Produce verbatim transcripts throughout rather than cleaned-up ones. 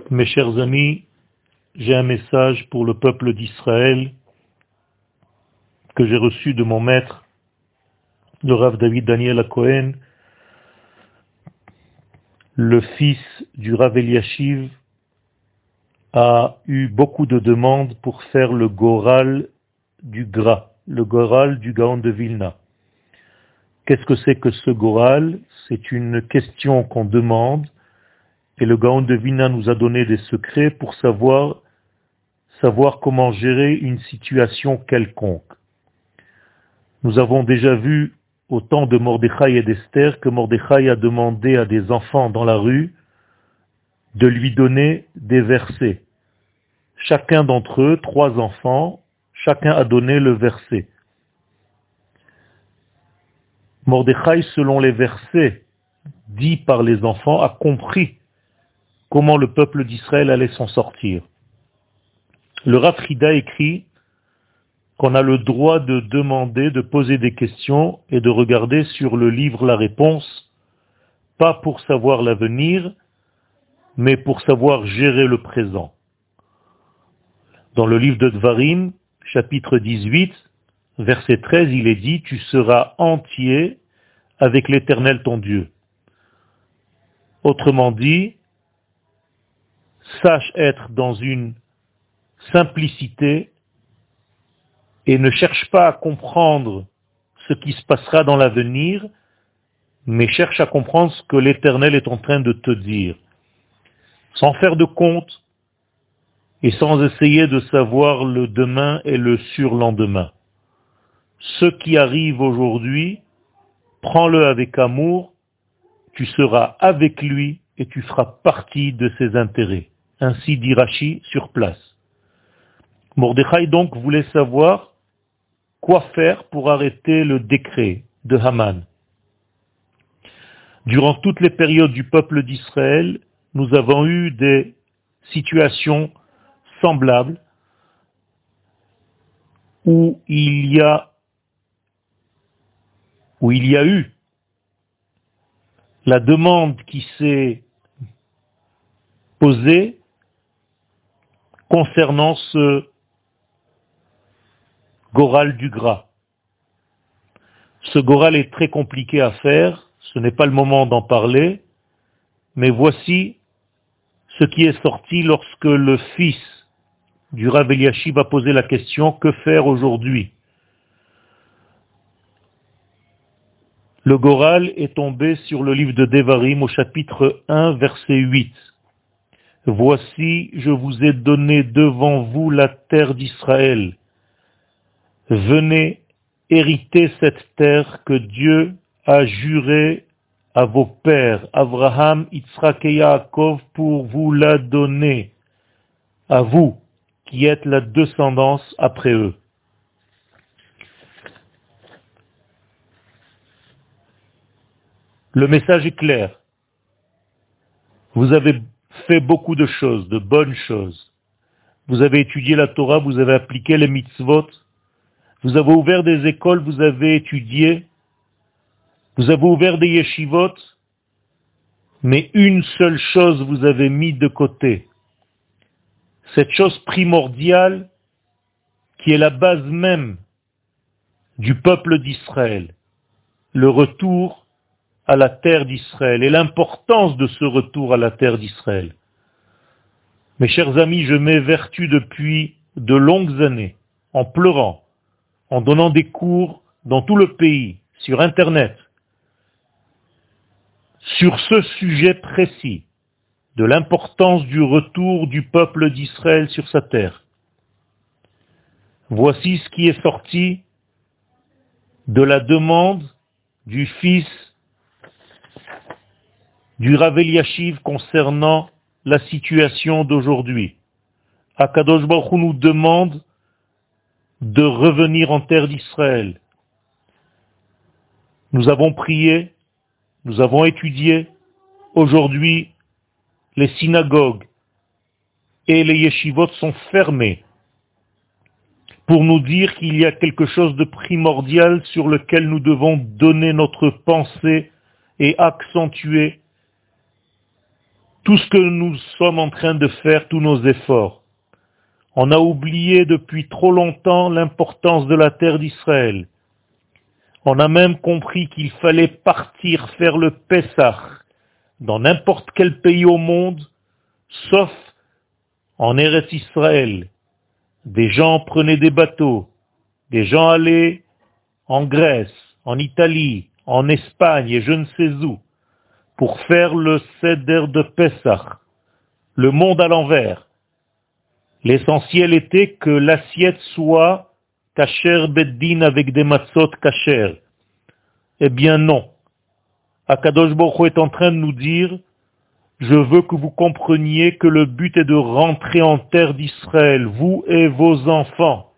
Mes chers amis, j'ai un message pour le peuple d'Israël que j'ai reçu de mon maître, le Rav David Daniel Cohen, le fils du Rav Eliashiv, a eu beaucoup de demandes pour faire le Goral du Gra, le Goral du Gaon de Vilna. Qu'est-ce que c'est que ce Goral? C'est une question qu'on demande, et le Gaon de Vilna nous a donné des secrets pour savoir, savoir comment gérer une situation quelconque. Nous avons déjà vu au temps de Mordechai et d'Esther que Mordechai a demandé à des enfants dans la rue de lui donner des versets. Chacun d'entre eux, trois enfants, chacun a donné le verset. Mordechai, selon les versets dits par les enfants, a compris comment le peuple d'Israël allait s'en sortir. Le Rav Frida écrit qu'on a le droit de demander, de poser des questions et de regarder sur le livre la réponse, pas pour savoir l'avenir, mais pour savoir gérer le présent. Dans le livre de Dvarim, chapitre dix-huit, verset treize, il est dit « Tu seras entier avec l'Éternel ton Dieu ». Autrement dit, sache être dans une simplicité et ne cherche pas à comprendre ce qui se passera dans l'avenir, mais cherche à comprendre ce que l'Éternel est en train de te dire, sans faire de compte et sans essayer de savoir le demain et le surlendemain. Ce qui arrive aujourd'hui, prends-le avec amour, tu seras avec lui et tu feras partie de ses intérêts. Ainsi dit Rashi sur place. Mordechai donc voulait savoir quoi faire pour arrêter le décret de Haman. Durant toutes les périodes du peuple d'Israël, nous avons eu des situations semblables où il y a, où il y a eu la demande qui s'est posée concernant ce Goral du Gras. Ce Goral est très compliqué à faire, ce n'est pas le moment d'en parler, mais voici ce qui est sorti lorsque le fils du Rav Eliashiv a posé la question « Que faire aujourd'hui ?» Le Goral est tombé sur le livre de Devarim au chapitre un, verset huit. « Voici, je vous ai donné devant vous la terre d'Israël. Venez hériter cette terre que Dieu a juré à vos pères, Abraham, Yitzhak et Yaakov, pour vous la donner, à vous, qui êtes la descendance après eux. » Le message est clair. Vous avez fait beaucoup de choses, de bonnes choses. Vous avez étudié la Torah, vous avez appliqué les mitzvot, vous avez ouvert des écoles, vous avez étudié, vous avez ouvert des yeshivot, mais une seule chose vous avez mis de côté. Cette chose primordiale qui est la base même du peuple d'Israël, le retour à la terre d'Israël et l'importance de ce retour à la terre d'Israël. Mes chers amis, je m'évertue depuis de longues années en pleurant, en donnant des cours dans tout le pays, sur Internet, sur ce sujet précis de l'importance du retour du peuple d'Israël sur sa terre. Voici ce qui est sorti de la demande du fils du Rav Eliashiv concernant la situation d'aujourd'hui. Akadosh Baruch Hu nous demande de revenir en terre d'Israël. Nous avons prié, nous avons étudié. Aujourd'hui, les synagogues et les yeshivot sont fermés pour nous dire qu'il y a quelque chose de primordial sur lequel nous devons donner notre pensée et accentuer tout ce que nous sommes en train de faire, tous nos efforts. On a oublié depuis trop longtemps l'importance de la terre d'Israël. On a même compris qu'il fallait partir faire le Pessah dans n'importe quel pays au monde, sauf en Eretz Israël. Des gens prenaient des bateaux, des gens allaient en Grèce, en Italie, en Espagne et je ne sais où, pour faire le Seder de Pessah, le monde à l'envers. L'essentiel était que l'assiette soit kasher beddin avec des matzot kasher. Eh bien non. Akadosh Baruch Hu est en train de nous dire, je veux que vous compreniez que le but est de rentrer en terre d'Israël, vous et vos enfants.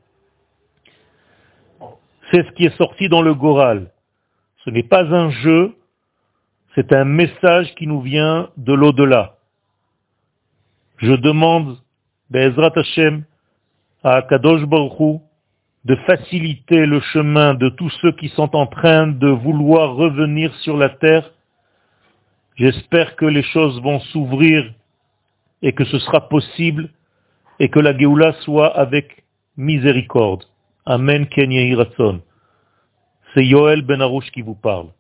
C'est ce qui est sorti dans le Goral. Ce n'est pas un jeu, c'est un message qui nous vient de l'au-delà. Je demande, Be'ezrat Hashem, à Akadosh Baruch Hu, de faciliter le chemin de tous ceux qui sont en train de vouloir revenir sur la terre. J'espère que les choses vont s'ouvrir et que ce sera possible et que la Géoula soit avec miséricorde. Amen, Ken Yehi Ratzon. C'est Yoel Ben Arush qui vous parle.